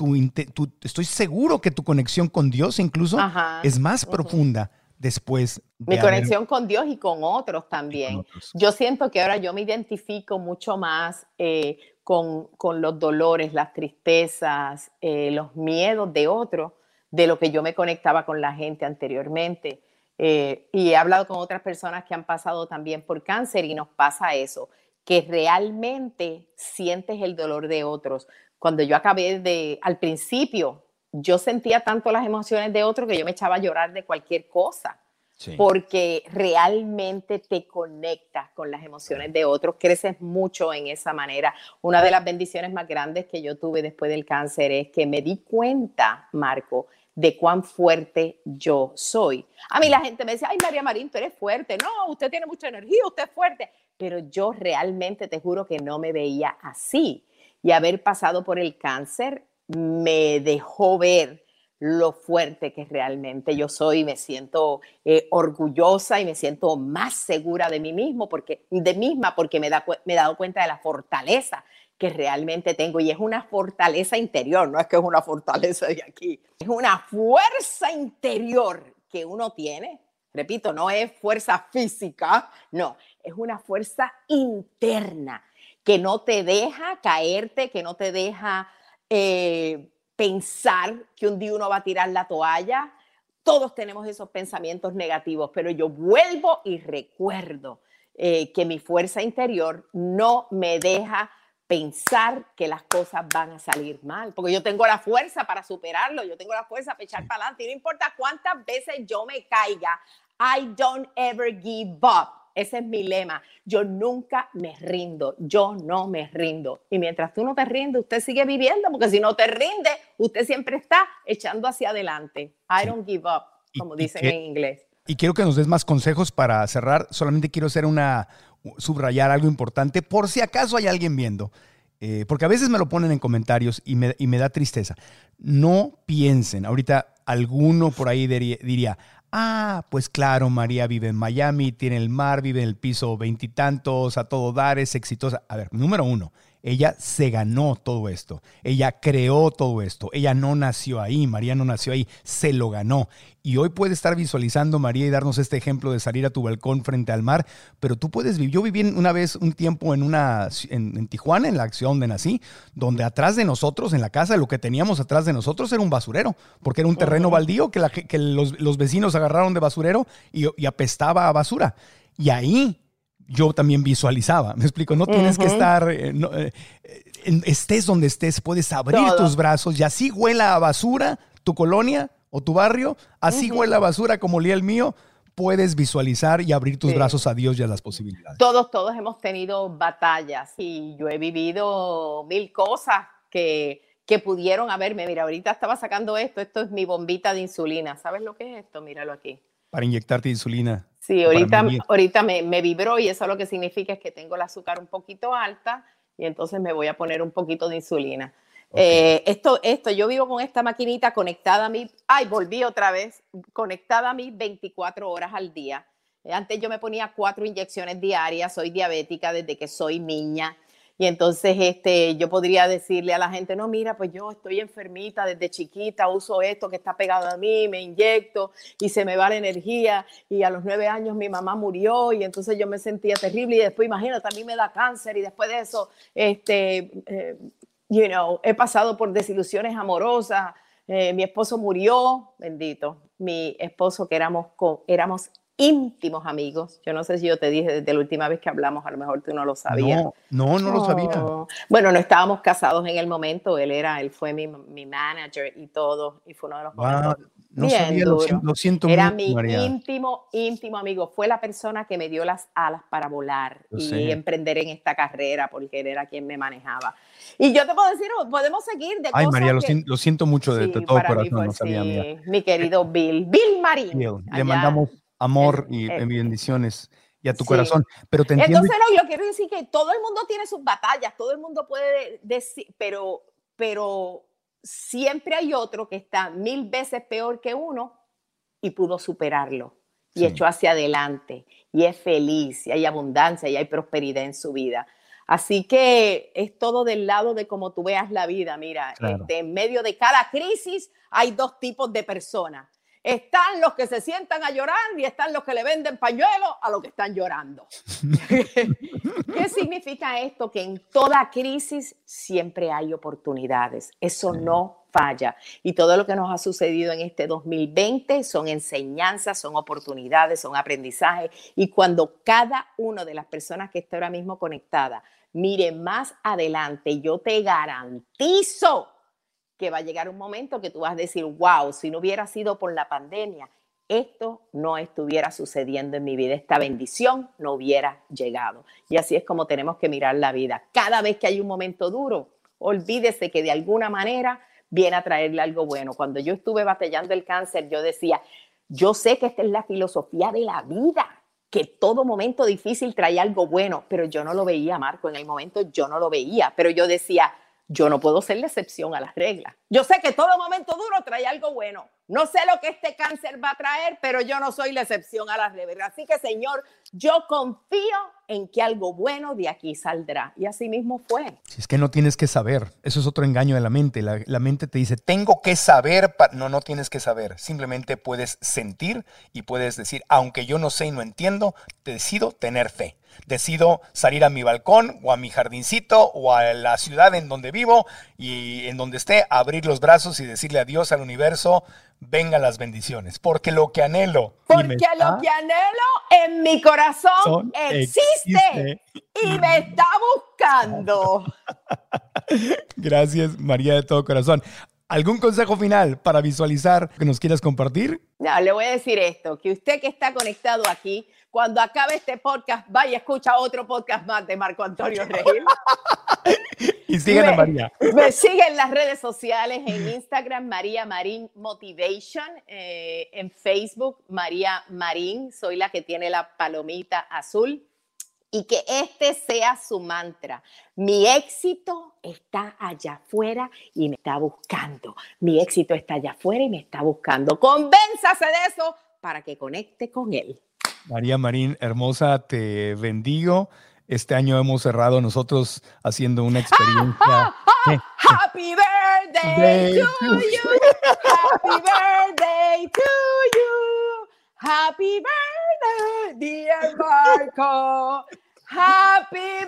estoy seguro que tu conexión con Dios incluso es más profunda después.
Mi conexión con Dios y con otros también. Yo siento que ahora yo me identifico mucho más con los dolores, las tristezas, los miedos de otros, de lo que yo me conectaba con la gente anteriormente. Y he hablado con otras personas que han pasado también por cáncer y nos pasa eso, que realmente sientes el dolor de otros. Cuando yo acabé al principio, yo sentía tanto las emociones de otros que yo me echaba a llorar de cualquier cosa. Sí. Porque realmente te conectas con las emociones de otros, creces mucho en esa manera. Una de las bendiciones más grandes que yo tuve después del cáncer es que me di cuenta, Marco, de cuán fuerte yo soy. A mí la gente me decía, ay, María Marín, tú eres fuerte. No, usted tiene mucha energía, usted es fuerte. Pero yo realmente te juro que no me veía así. Y haber pasado por el cáncer me dejó ver lo fuerte que realmente yo soy. Me siento orgullosa y me siento más segura de mí misma porque me he dado cuenta de la fortaleza que realmente tengo. Y es una fortaleza interior, no es que es una fortaleza de aquí. Es una fuerza interior que uno tiene. Repito, no es fuerza física, no, es una fuerza interna que no te deja caerte, que no te deja pensar que un día uno va a tirar la toalla. Todos tenemos esos pensamientos negativos, pero yo vuelvo y recuerdo que mi fuerza interior no me deja pensar que las cosas van a salir mal, porque yo tengo la fuerza para superarlo, yo tengo la fuerza para echar para adelante, y no importa cuántas veces yo me caiga, I don't ever give up. Ese es mi lema. Yo nunca me rindo. Yo no me rindo. Y mientras tú no te rindes, usted sigue viviendo, porque si no te rinde, usted siempre está echando hacia adelante. I don't give up, como dicen en inglés.
Y quiero que nos des más consejos para cerrar. Solamente quiero subrayar algo importante por si acaso hay alguien viendo. Porque a veces me lo ponen en comentarios y me da tristeza. No piensen. Ahorita alguno por ahí diría, pues claro, María vive en Miami, tiene el mar, vive en el piso 20 y tantos, a todo dar, es exitosa. A ver, número uno, ella se ganó todo esto. Ella creó todo esto. Ella no nació ahí, María no nació ahí, se lo ganó. Y hoy puede estar visualizando, María, y darnos este ejemplo de salir a tu balcón frente al mar, pero tú puedes vivir. Yo viví una vez un tiempo en Tijuana, en la ciudad donde nací, donde atrás de nosotros, en la casa, lo que teníamos atrás de nosotros era un basurero, porque era un terreno baldío que los vecinos agarraron de basurero y apestaba a basura. Y ahí yo también visualizaba, me explico, no tienes que estar, estés donde estés, puedes abrir tus brazos y así huela a basura tu colonia o tu barrio, así huele a basura como olía el mío, puedes visualizar y abrir tus brazos a Dios y a las posibilidades.
Todos hemos tenido batallas y yo he vivido 1000 cosas que pudieron haberme. Mira, ahorita estaba sacando esto es mi bombita de insulina. ¿Sabes lo que es esto? Míralo aquí.
Para inyectarte insulina.
Sí, ahorita me vibró y eso lo que significa es que tengo el azúcar un poquito alta y entonces me voy a poner un poquito de insulina. Okay. Yo vivo con esta maquinita conectada a mí, volví otra vez, conectada a mí 24 horas al día. Antes yo me ponía 4 inyecciones diarias, soy diabética desde que soy niña Y entonces yo podría decirle a la gente, no, mira, pues yo estoy enfermita desde chiquita, uso esto que está pegado a mí, me inyecto y se me va la energía. Y a los 9 años mi mamá murió y entonces yo me sentía terrible. Y después, imagínate, a mí me da cáncer y después de eso, he pasado por desilusiones amorosas. Mi esposo murió, bendito. Mi esposo, que éramos íntimos amigos. Yo no sé si yo te dije desde la última vez que hablamos, a lo mejor tú no lo sabías.
No lo sabía.
Bueno, no estábamos casados en el momento. Él fue mi manager y todo. Y fue uno de los momentos
no
bien
sabía,
duros.
Lo siento
Era
mucho,
mi
María.
íntimo amigo. Fue la persona que me dio las alas para volar y emprender en esta carrera, porque él era quien me manejaba. Y yo te puedo decir, podemos seguir de cosas.
María, lo siento mucho de todo corazón.
No sabía, mía. Mi querido Bill Marín.
Le mandamos amor y bendiciones y a tu corazón, pero te entiendo.
Entonces, yo quiero decir que todo el mundo tiene sus batallas, todo el mundo puede decir, pero siempre hay otro que está 1000 veces peor que uno y pudo superarlo y echó hacia adelante y es feliz y hay abundancia y hay prosperidad en su vida. Así que es todo del lado de cómo tú veas la vida. Mira, claro. En medio de cada crisis hay 2 tipos de personas. Están los que se sientan a llorar y están los que le venden pañuelos a los que están llorando. ¿Qué significa esto? Que en toda crisis siempre hay oportunidades. Eso no falla. Y todo lo que nos ha sucedido en este 2020 son enseñanzas, son oportunidades, son aprendizajes. Y cuando cada una de las personas que está ahora mismo conectada mire más adelante, yo te garantizo que va a llegar un momento que tú vas a decir, wow, si no hubiera sido por la pandemia, esto no estuviera sucediendo en mi vida, esta bendición no hubiera llegado. Y así es como tenemos que mirar la vida. Cada vez que hay un momento duro, olvídese que de alguna manera viene a traerle algo bueno. Cuando yo estuve batallando el cáncer, yo decía, yo sé que esta es la filosofía de la vida, que todo momento difícil trae algo bueno, pero yo no lo veía, Marco, en el momento yo no lo veía, pero yo decía, yo no puedo ser la excepción a las reglas. Yo sé que todo momento duro trae algo bueno. No sé lo que este cáncer va a traer, pero yo no soy la excepción a las reglas. Así que, Señor, yo confío en que algo bueno de aquí saldrá. Y así mismo fue.
Si es que no tienes que saber. Eso es otro engaño de la mente. La mente te dice, tengo que saber. No tienes que saber. Simplemente puedes sentir y puedes decir, aunque yo no sé y no entiendo, decido tener fe. Decido salir a mi balcón o a mi jardincito o a la ciudad en donde vivo y en donde esté, abrir los brazos y decirle adiós al universo, vengan las bendiciones, porque lo que anhelo.
Porque lo que anhelo en mi corazón existe y me está buscando.
Gracias, María, de todo corazón. ¿Algún consejo final para visualizar que nos quieras compartir?
No, le voy a decir esto, que usted que está conectado aquí, cuando acabe este podcast, vaya y escucha otro podcast más de Marco Antonio Regil.
Y sigan a María.
Me sigue en las redes sociales, en Instagram, María Marín Motivation, en Facebook, María Marín, soy la que tiene la palomita azul. Y que este sea su mantra. Mi éxito está allá afuera y me está buscando. Mi éxito está allá afuera y me está buscando. Convénzase de eso para que conecte con él.
María Marín, hermosa, te bendigo. Este año hemos cerrado nosotros haciendo una experiencia.
Happy birthday to you. Happy birthday to you. Happy birthday, dear Marco. Happy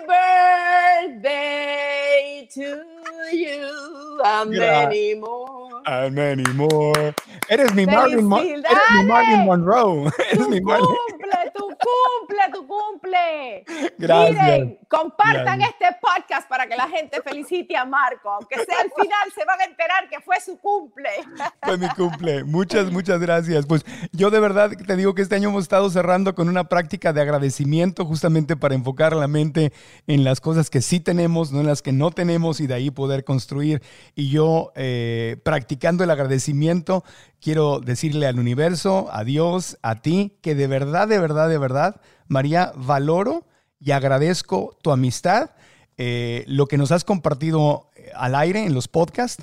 birthday to you. And many more.
And many more. Eres mi Marilyn Monroe. Eres mi Marilyn.
Tu cumple.
Gracias.
Miren, compartan este podcast para que la gente felicite a Marco. Aunque sea al final, se van a enterar que fue su cumple.
Fue mi cumple. Muchas gracias. Pues yo de verdad te digo que este año hemos estado cerrando con una práctica de agradecimiento justamente para enfocar la mente en las cosas que sí tenemos, no en las que no tenemos y de ahí poder construir. Y yo practicando el agradecimiento quiero decirle al universo, a Dios, a ti, que de verdad, María, valoro y agradezco tu amistad, lo que nos has compartido al aire en los podcasts,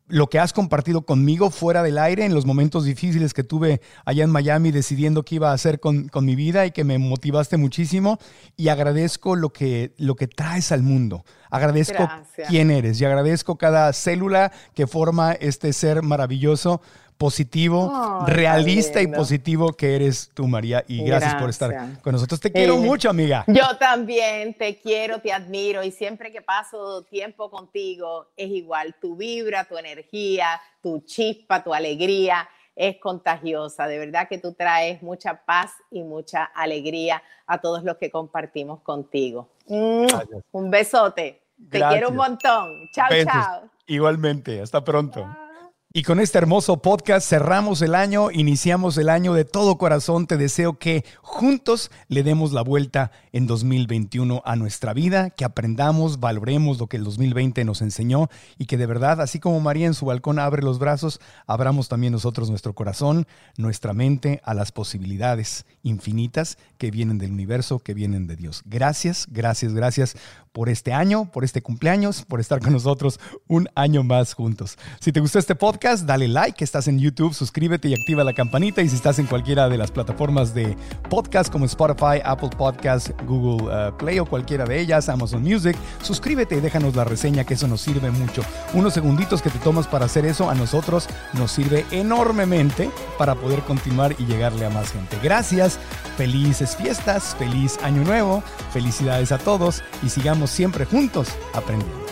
lo que has compartido conmigo fuera del aire en los momentos difíciles que tuve allá en Miami decidiendo qué iba a hacer con mi vida y que me motivaste muchísimo. Y agradezco lo que traes al mundo. Agradezco quién eres y agradezco cada célula que forma este ser maravilloso, positivo, realista y positivo que eres tú, María. Y gracias por estar con nosotros. Te quiero mucho, amiga.
Yo también te quiero, te admiro y siempre que paso tiempo contigo es igual. Tu vibra, tu energía, tu chispa, tu alegría es contagiosa. De verdad que tú traes mucha paz y mucha alegría a todos los que compartimos contigo. Un besote. Te quiero un montón. Chao, chao.
Igualmente. Hasta pronto. Y con este hermoso podcast cerramos el año, iniciamos el año. De todo corazón te deseo que juntos le demos la vuelta en 2021 a nuestra vida, que aprendamos, valoremos lo que el 2020 nos enseñó y que de verdad, así como María en su balcón abre los brazos, abramos también nosotros nuestro corazón, nuestra mente a las posibilidades infinitas que vienen del universo, que vienen de Dios. Gracias, gracias, gracias por este año, por este cumpleaños, por estar con nosotros un año más juntos. Si te gustó este podcast, dale like, estás en YouTube, suscríbete y activa la campanita. Y si estás en cualquiera de las plataformas de podcast como Spotify, Apple Podcasts, Google Play o cualquiera de ellas, Amazon Music, suscríbete y déjanos la reseña, que eso nos sirve mucho. Unos segunditos que te tomas para hacer eso a nosotros nos sirve enormemente para poder continuar y llegarle a más gente. Gracias, felices fiestas, feliz año nuevo, felicidades a todos y sigamos siempre juntos aprendiendo.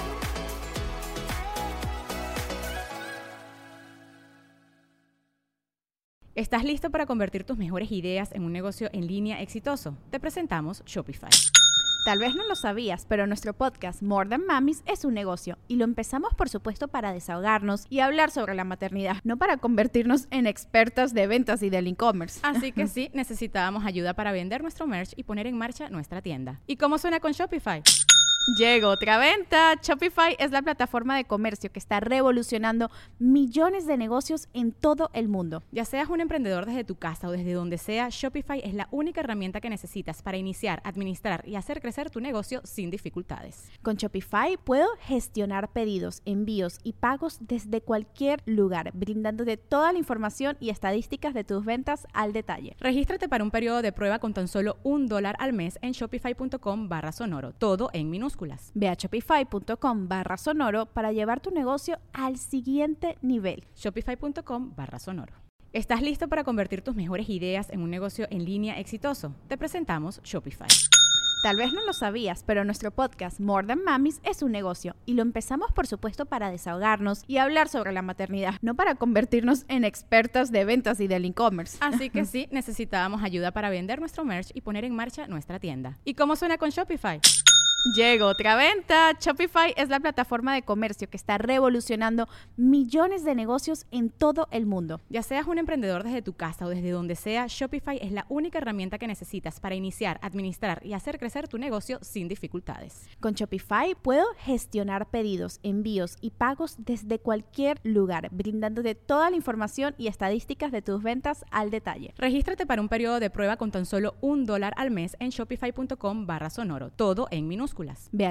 ¿Estás listo para convertir tus mejores ideas en un negocio en línea exitoso? Te presentamos Shopify.
Tal vez no lo sabías, pero nuestro podcast More Than Mamis es un negocio y lo empezamos por supuesto para desahogarnos y hablar sobre la maternidad, no para convertirnos en expertas de ventas y del e-commerce.
Así que sí, necesitábamos ayuda para vender nuestro merch y poner en marcha nuestra tienda. ¿Y cómo suena con Shopify?
Llegó otra venta. Shopify es la plataforma de comercio que está revolucionando millones de negocios en todo el mundo.
Ya seas un emprendedor desde tu casa o desde donde sea, Shopify es la única herramienta que necesitas para iniciar, administrar y hacer crecer tu negocio sin dificultades.
Con Shopify puedo gestionar pedidos, envíos y pagos desde cualquier lugar, brindándote toda la información y estadísticas de tus ventas al detalle.
Regístrate para un periodo de prueba con tan solo $1 al mes en shopify.com/sonoro, todo en minúsculas.
Ve a shopify.com/sonoro para llevar tu negocio al siguiente nivel.
Shopify.com/sonoro. ¿Estás listo para convertir tus mejores ideas en un negocio en línea exitoso? Te presentamos Shopify.
Tal vez no lo sabías, pero nuestro podcast More Than Mamis es un negocio y lo empezamos por supuesto para desahogarnos y hablar sobre la maternidad, no para convertirnos en expertas de ventas y del e-commerce.
Así que sí, necesitábamos ayuda para vender nuestro merch y poner en marcha nuestra tienda. ¿Y cómo suena con Shopify?
Llegó otra venta. Shopify es la plataforma de comercio que está revolucionando millones de negocios en todo el mundo.
Ya seas un emprendedor desde tu casa o desde donde sea, Shopify es la única herramienta que necesitas para iniciar, administrar y hacer crecer tu negocio sin dificultades.
Con Shopify puedo gestionar pedidos, envíos y pagos desde cualquier lugar, brindándote toda la información y estadísticas de tus ventas al detalle.
Regístrate para un periodo de prueba con tan solo $1 al mes en shopify.com/sonoro, todo en minúsculas.
Ve a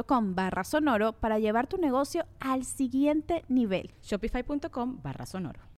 shopify.com/sonoro para llevar tu negocio al siguiente nivel.
Shopify.com/sonoro.